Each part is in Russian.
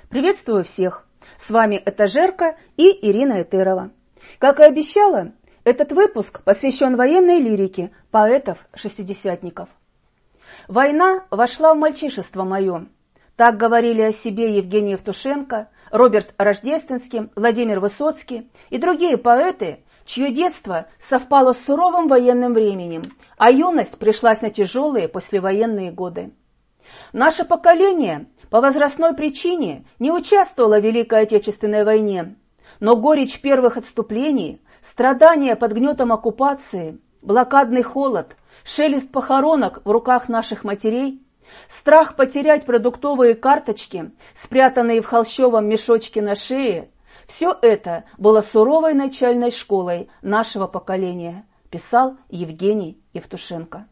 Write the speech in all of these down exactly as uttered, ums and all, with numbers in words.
Приветствую всех! С вами Этажерка и Ирина Этерова. Как и обещала, этот выпуск посвящен военной лирике поэтов-шестидесятников. Война вошла в мальчишество мое. Так говорили о себе Евгений Евтушенко, Роберт Рождественский, Владимир Высоцкий и другие поэты, чье детство совпало с суровым военным временем, а юность пришлась на тяжелые послевоенные годы. Наше поколение по возрастной причине не участвовало в Великой Отечественной войне, но горечь первых отступлений, страдания под гнетом оккупации, блокадный холод, шелест похоронок в руках наших матерей, страх потерять продуктовые карточки, спрятанные в холщовом мешочке на шее, все это было суровой начальной школой нашего поколения, писал Евгений Евтушенко.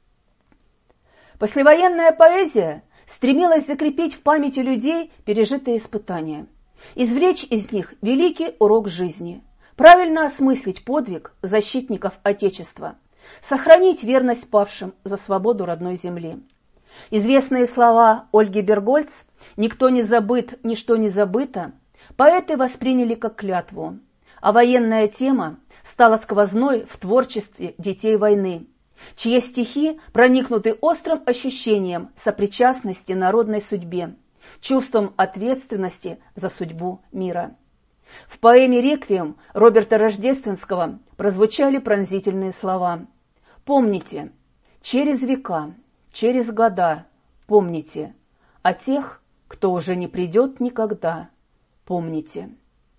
Послевоенная поэзия стремилась закрепить в памяти людей пережитые испытания, извлечь из них великий урок жизни, правильно осмыслить подвиг защитников Отечества, сохранить верность павшим за свободу родной земли. Известные слова Ольги Бергольц «Никто не забыт, ничто не забыто» поэты восприняли как клятву, а военная тема стала сквозной в творчестве детей войны, чьи стихи проникнуты острым ощущением сопричастности народной судьбе, чувством ответственности за судьбу мира. В поэме «Реквием» Роберта Рождественского прозвучали пронзительные слова: «Помните, через века, через года, помните о тех, кто уже не придет никогда, помните».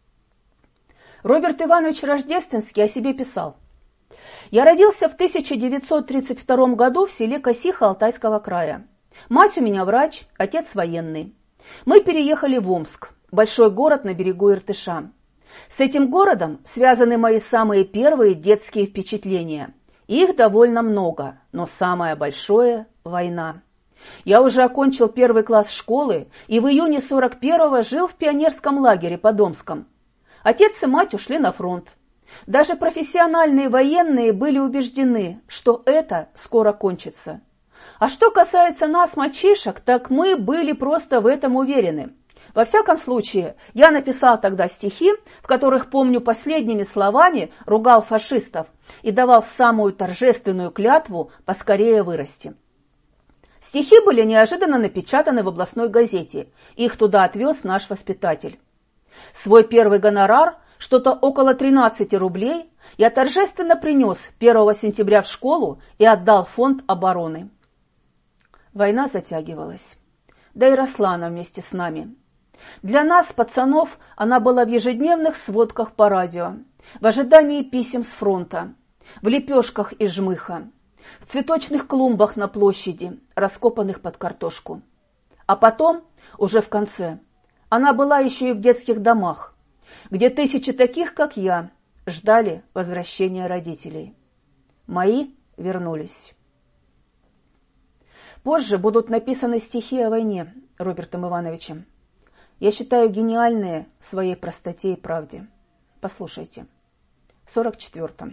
Роберт Иванович Рождественский о себе писал: «Я родился в тысяча девятьсот тридцать втором году в селе Косиха Алтайского края. Мать у меня врач, отец военный. Мы переехали в Омск, большой город на берегу Иртыша. С этим городом связаны мои самые первые детские впечатления. Их довольно много, но самое большое – война. Я уже окончил первый класс школы и в июне сорок первого жил в пионерском лагере под Омском. Отец и мать ушли на фронт. Даже профессиональные военные были убеждены, что это скоро кончится. А что касается нас, мальчишек, так мы были просто в этом уверены. Во всяком случае, я написал тогда стихи, в которых, помню, последними словами ругал фашистов и давал самую торжественную клятву поскорее вырасти. Стихи были неожиданно напечатаны в областной газете, их туда отвез наш воспитатель. Свой первый гонорар, что-то около тринадцати рублей, я торжественно принес первого сентября в школу и отдал в фонд обороны. Война затягивалась, да и росла она вместе с нами. Для нас, пацанов, она была в ежедневных сводках по радио, в ожидании писем с фронта, в лепешках из жмыха, в цветочных клумбах на площади, раскопанных под картошку. А потом, уже в конце, она была еще и в детских домах, где тысячи таких, как я, ждали возвращения родителей. Мои вернулись. Позже будут написаны стихи о войне Робертом Ивановичем. Я считаю гениальные в своей простоте и правде. Послушайте. В сорок четвертом.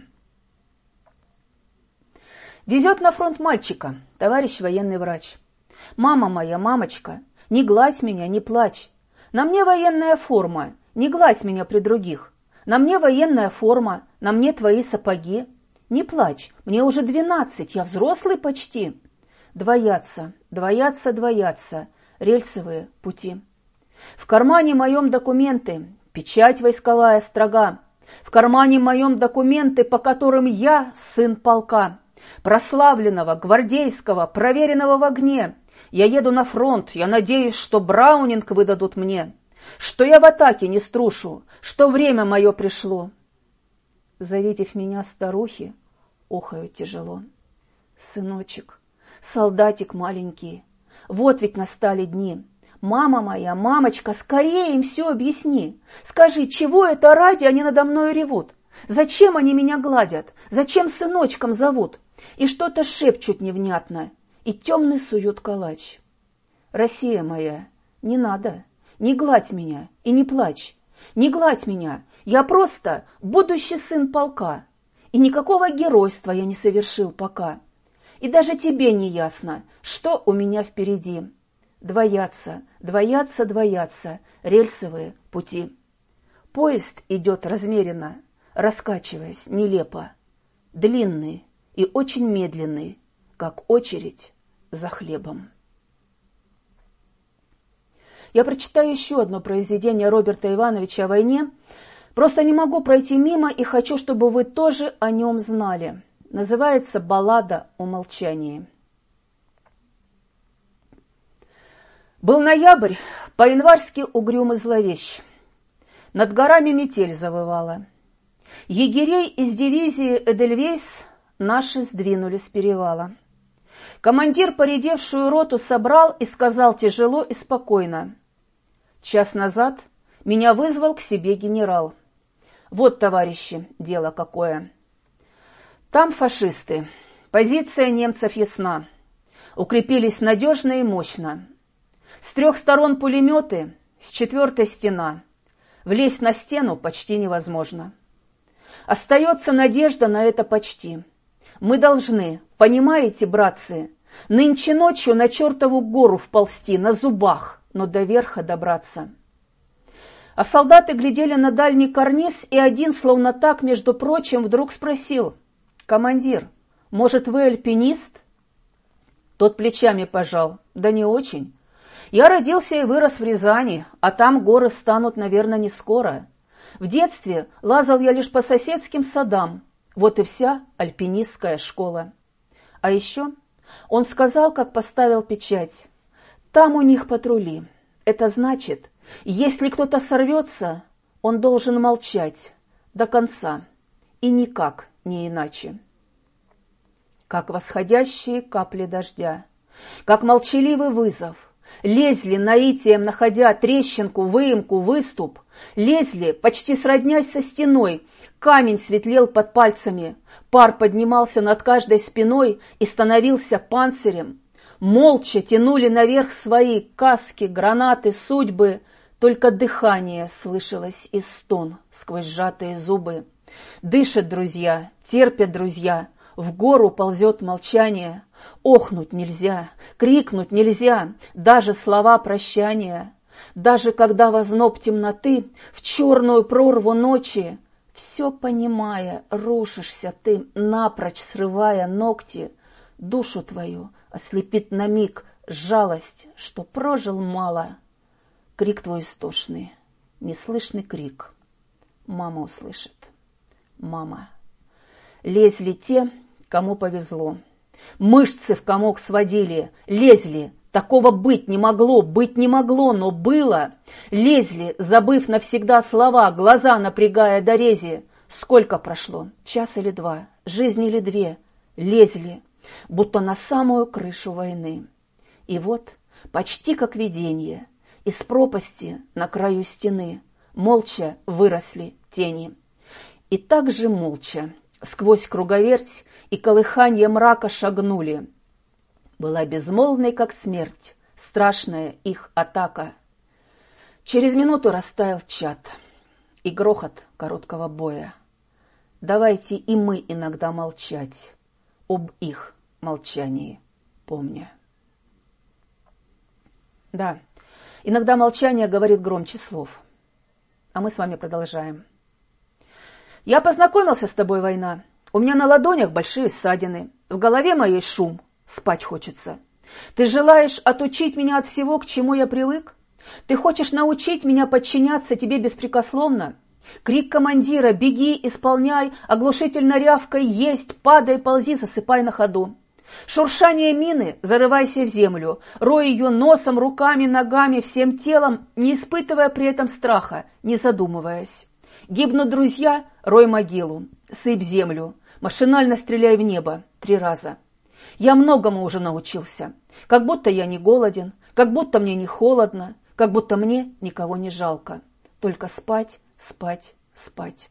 Везет на фронт мальчика, товарищ военный врач. Мама моя, мамочка, не гладь меня, не плачь. На мне военная форма, не гладь меня при других. На мне военная форма, на мне твои сапоги. Не плачь, мне уже двенадцать, я взрослый почти. Двоятся, двоятся, двоятся рельсовые пути. В кармане моем документы, печать войсковая строга. В кармане моем документы, по которым я сын полка, прославленного, гвардейского, проверенного в огне. Я еду на фронт, я надеюсь, что браунинг выдадут мне, что я в атаке не струшу, что время мое пришло. Завидев меня старухи, охают тяжело. Сыночек, солдатик маленький, вот ведь настали дни. Мама моя, мамочка, скорее им все объясни. Скажи, чего это ради они надо мною ревут? Зачем они меня гладят? Зачем сыночком зовут? И что-то шепчут невнятно, и темный сует калач. Россия моя, не надо, не гладь меня и не плачь. Не гладь меня, я просто будущий сын полка. И никакого геройства я не совершил пока. И даже тебе не ясно, что у меня впереди. двоятся, двоятся, двоятся рельсовые пути. Поезд идет размеренно, раскачиваясь нелепо, длинный и очень медленный, как очередь за хлебом. Я прочитаю еще одно произведение Роберта Ивановича о войне. Просто не могу пройти мимо и хочу, чтобы вы тоже о нем знали. Называется «Баллада о молчании». Был ноябрь, по-январски угрюм и зловещ. Над горами метель завывала. Егерей из дивизии Эдельвейс наши сдвинули с перевала. Командир поредевшую роту собрал и сказал тяжело и спокойно: «Час назад меня вызвал к себе генерал. Вот, товарищи, дело какое. Там фашисты. Позиция немцев ясна. Укрепились надежно и мощно. С трех сторон пулеметы, с четвертой стена. Влезть на стену почти невозможно. Остается надежда на это почти. Мы должны, понимаете, братцы, нынче ночью на чертову гору вползти на зубах, но до верха добраться». А солдаты глядели на дальний карниз, и один, словно так, между прочим, вдруг спросил: «Командир, может, вы альпинист?» Тот плечами пожал: «Да не очень. Я родился и вырос в Рязани, а там горы встанут, наверное, не скоро. В детстве лазал я лишь по соседским садам. Вот и вся альпинистская школа». А еще он сказал, как поставил печать: «Там у них патрули. Это значит, если кто-то сорвется, он должен молчать до конца, и никак не иначе». Как восходящие капли дождя, как молчаливый вызов, лезли наитием, находя трещинку, выемку, выступ, лезли, почти сроднясь со стеной, камень светлел под пальцами, пар поднимался над каждой спиной и становился панцирем, молча тянули наверх свои каски, гранаты, судьбы, только дыхание слышалось и стон сквозь сжатые зубы. Дышат друзья, терпят друзья, в гору ползет молчание. Охнуть нельзя, крикнуть нельзя, даже слова прощания. Даже когда возноб темноты, в черную прорву ночи, все понимая, рушишься ты, напрочь срывая ногти. Душу твою ослепит на миг жалость, что прожил мало. Крик твой истошный, неслышный крик. Мама услышит. Мама. Лезли те, кому повезло. Мышцы в комок сводили, лезли. Такого быть не могло, быть не могло, но было. Лезли, забыв навсегда слова, глаза напрягая дорези. Сколько прошло? Час или два? Жизнь или две? Лезли, будто на самую крышу войны. И вот, почти как видение, из пропасти на краю стены молча выросли тени. И так же молча сквозь круговерть и колыханье мрака шагнули. Была безмолвной, как смерть, страшная их атака. Через минуту растаял чад и грохот короткого боя. Давайте и мы иногда молчать, об их молчании помня. Да, иногда молчание говорит громче слов. А мы с вами продолжаем. Я познакомился с тобой, война. У меня на ладонях большие ссадины, в голове моей шум, спать хочется. Ты желаешь отучить меня от всего, к чему я привык? Ты хочешь научить меня подчиняться тебе беспрекословно? Крик командира: беги, исполняй, оглушительно рявкой, есть, падай, ползи, засыпай на ходу. Шуршание мины: зарывайся в землю, рой ее носом, руками, ногами, всем телом, не испытывая при этом страха, не задумываясь. Гибнут друзья: рой могилу, сыпь землю, машинально стреляй в небо три раза. Я многому уже научился, как будто я не голоден, как будто мне не холодно, как будто мне никого не жалко. Только спать, спать, спать.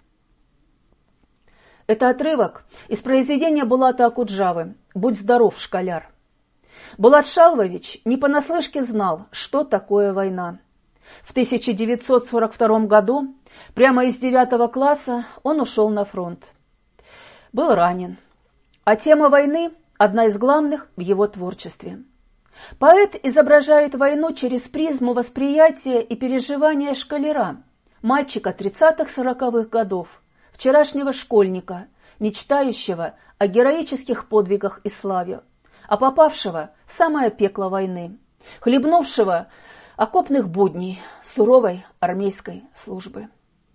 Это отрывок из произведения Булата Акуджавы «Будь здоров, школяр». Булат Шалвович не понаслышке знал, что такое война. В тысяча девятьсот сорок втором году прямо из девятого класса он ушел на фронт. Был ранен, а тема войны – одна из главных в его творчестве. Поэт изображает войну через призму восприятия и переживания школяра, мальчика тридцатых-сороковых годов, вчерашнего школьника, мечтающего о героических подвигах и славе, а попавшего в самое пекло войны, хлебнувшего окопных будней суровой армейской службы.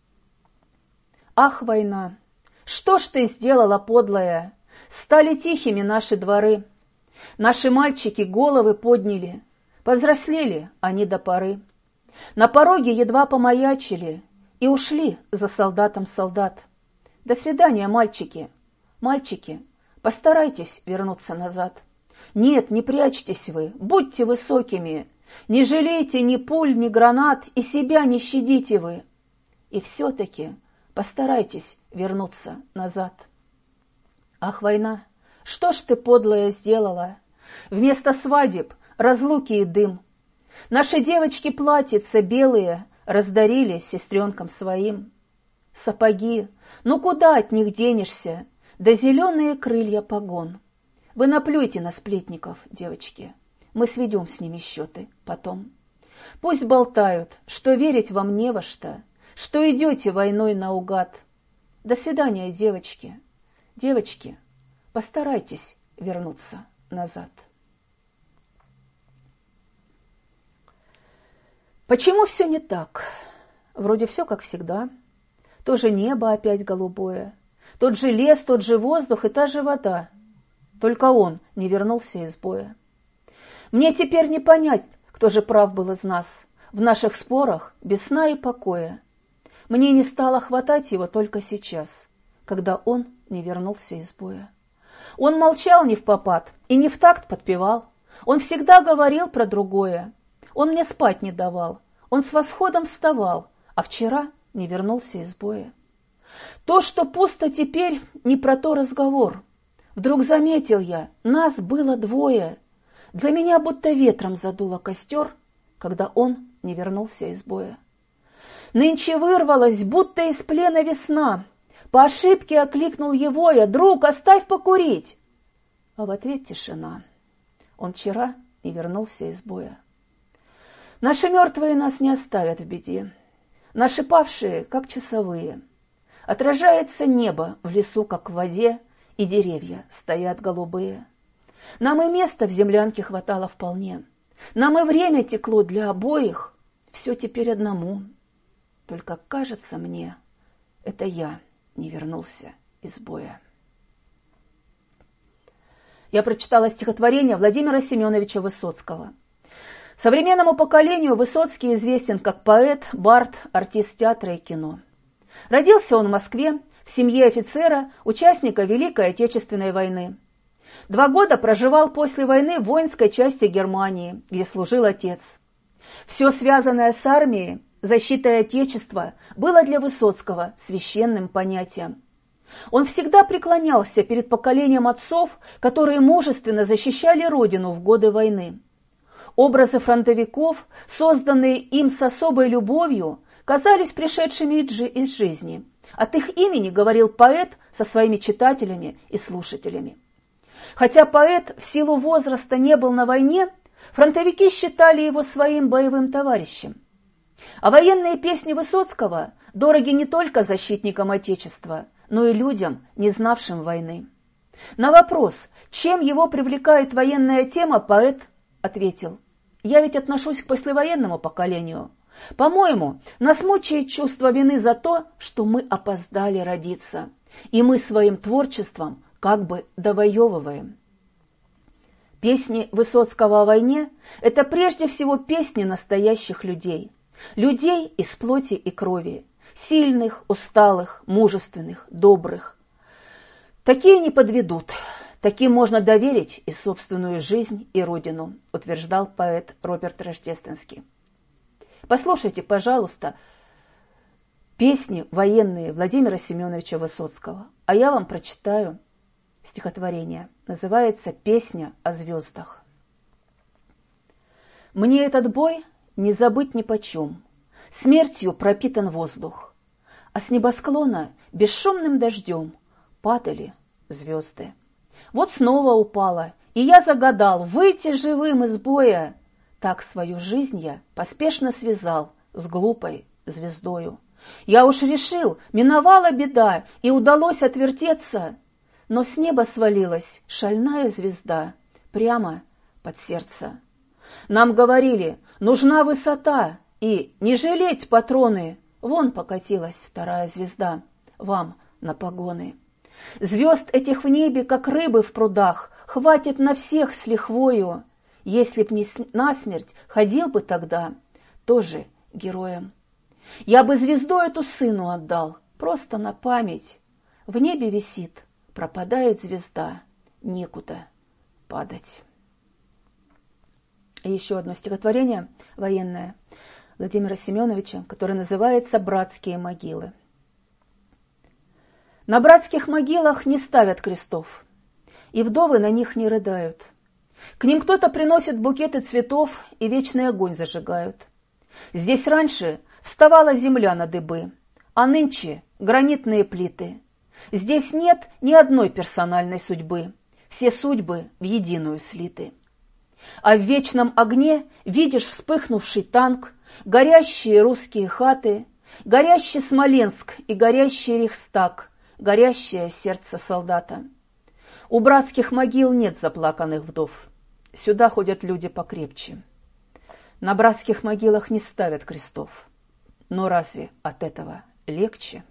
Ах, война, что ж ты сделала, подлая? Стали тихими наши дворы. Наши мальчики головы подняли, повзрослели они до поры. На пороге едва помаячили и ушли за солдатом солдат. До свидания, мальчики. Мальчики, постарайтесь вернуться назад. Нет, не прячьтесь вы, будьте высокими. Не жалейте ни пуль, ни гранат, и себя не щадите вы. И все-таки постарайтесь вернуться назад. Ах, война, что ж ты, подлая, сделала? Вместо свадеб разлуки и дым. Наши девочки платьица белые раздарили сестренкам своим. Сапоги, ну куда от них денешься? Да зеленые крылья погон. Вы наплюйте на сплетников, девочки. Мы сведем с ними счеты потом. Пусть болтают, что верить вам не во что, что идете войной наугад. До свидания, девочки. Девочки, постарайтесь вернуться назад. Почему все не так? Вроде все как всегда. То же небо опять голубое, тот же лес, тот же воздух и та же вода. Только он не вернулся из боя. Мне теперь не понять, кто же прав был из нас, в наших спорах без сна и покоя. Мне не стало хватать его только сейчас, когда он не вернулся из боя. Он молчал не впопад и не в такт подпевал. Он всегда говорил про другое. Он мне спать не давал. Он с восходом вставал, а вчера не вернулся из боя. То, что пусто теперь, не про то разговор. Вдруг заметил я, нас было двое. Для меня будто ветром задуло костер, когда он не вернулся из боя. Нынче вырвалась, будто из плена весна. По ошибке окликнул его я: «Друг, оставь покурить!» А в ответ тишина. Он вчера не вернулся из боя. Наши мертвые нас не оставят в беде. Наши павшие, как часовые. Отражается небо в лесу, как в воде, и деревья стоят голубые. Нам и места в землянке хватало вполне. Нам и время текло для обоих. Все теперь одному. Только кажется мне, это я не вернулся из боя. Я прочитала стихотворение Владимира Семеновича Высоцкого. Современному поколению Высоцкий известен как поэт, бард, артист театра и кино. Родился он в Москве, в семье офицера, участника Великой Отечественной войны. Два года проживал после войны в воинской части Германии, где служил отец. Все связанное с армией, защитой Отечества, было для Высоцкого священным понятием. Он всегда преклонялся перед поколением отцов, которые мужественно защищали родину в годы войны. Образы фронтовиков, созданные им с особой любовью, казались пришедшими из жизни. От их имени говорил поэт со своими читателями и слушателями. Хотя поэт в силу возраста не был на войне, фронтовики считали его своим боевым товарищем. А военные песни Высоцкого дороги не только защитникам Отечества, но и людям, не знавшим войны. На вопрос, чем его привлекает военная тема, поэт ответил: «Я ведь отношусь к послевоенному поколению. По-моему, нас мучает чувство вины за то, что мы опоздали родиться, и мы своим творчеством как бы довоевываем». Песни Высоцкого о войне – это прежде всего песни настоящих людей. Людей из плоти и крови, сильных, усталых, мужественных, добрых. Такие не подведут, таким можно доверить и собственную жизнь, и родину, утверждал поэт Роберт Рождественский. Послушайте, пожалуйста, песни военные Владимира Семеновича Высоцкого, а я вам прочитаю стихотворение. Называется «Песня о звездах». «Мне этот бой не забыть нипочем, смертью пропитан воздух, а с небосклона бесшумным дождем падали звезды. Вот снова упала, И я загадал выйти живым из боя. Так свою жизнь я поспешно связал с глупой звездою. Я уж решил, миновала беда, и удалось отвертеться, но с неба свалилась шальная звезда прямо под сердце. Нам говорили, нужна высота, и не жалеть патроны. Вон покатилась вторая звезда вам на погоны. Звезд этих в небе, как рыбы в прудах, хватит на всех с лихвою. Если б не насмерть, ходил бы тогда тоже героем. Я бы звезду эту сыну отдал, просто на память. В небе висит, пропадает звезда, некуда падать. И еще одно стихотворение военное Владимира Семеновича, которое называется «Братские могилы». На братских могилах не ставят крестов, и вдовы на них не рыдают. К ним кто-то приносит букеты цветов и вечный огонь зажигают. Здесь раньше вставала земля на дыбы, а нынче гранитные плиты. Здесь нет ни одной персональной судьбы, все судьбы в единую слиты. А в вечном огне видишь вспыхнувший танк, горящие русские хаты, горящий Смоленск и горящий Рейхстаг, горящее сердце солдата. У братских могил нет заплаканных вдов, сюда ходят люди покрепче. На братских могилах не ставят крестов, но разве от этого легче?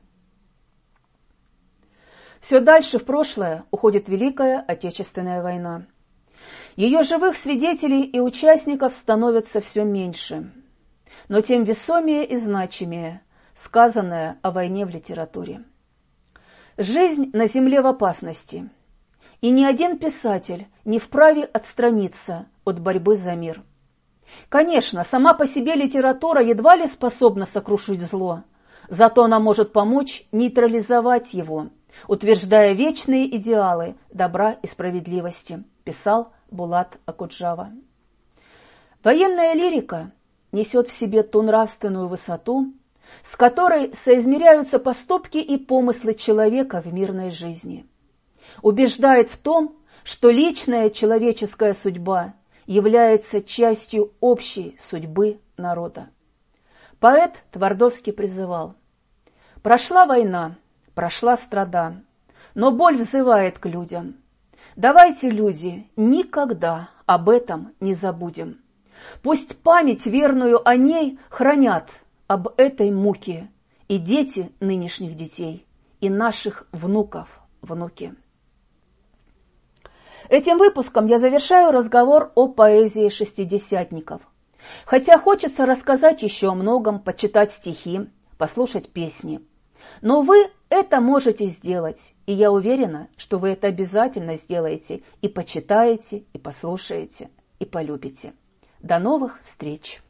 Все дальше в прошлое уходит Великая Отечественная война. Ее живых свидетелей и участников становится все меньше, но тем весомее и значимее сказанное о войне в литературе. Жизнь на земле в опасности, и ни один писатель не вправе отстраниться от борьбы за мир. Конечно, сама по себе литература едва ли способна сокрушить зло, зато она может помочь нейтрализовать его, утверждая вечные идеалы добра и справедливости, писал Булат Акуджава. Военная лирика несет в себе ту нравственную высоту, с которой соизмеряются поступки и помыслы человека в мирной жизни. Убеждает в том, что личная человеческая судьба является частью общей судьбы народа. Поэт Твардовский призывал: «Прошла война, прошла страда, но боль взывает к людям. Давайте, люди, никогда об этом не забудем. Пусть память верную о ней хранят об этой муке и дети нынешних детей, и наших внуков внуки». Этим выпуском я завершаю разговор о поэзии шестидесятников. Хотя хочется рассказать еще о многом, почитать стихи, послушать песни. Но вы это можете сделать, и я уверена, что вы это обязательно сделаете, и почитаете, и послушаете, и полюбите. До новых встреч!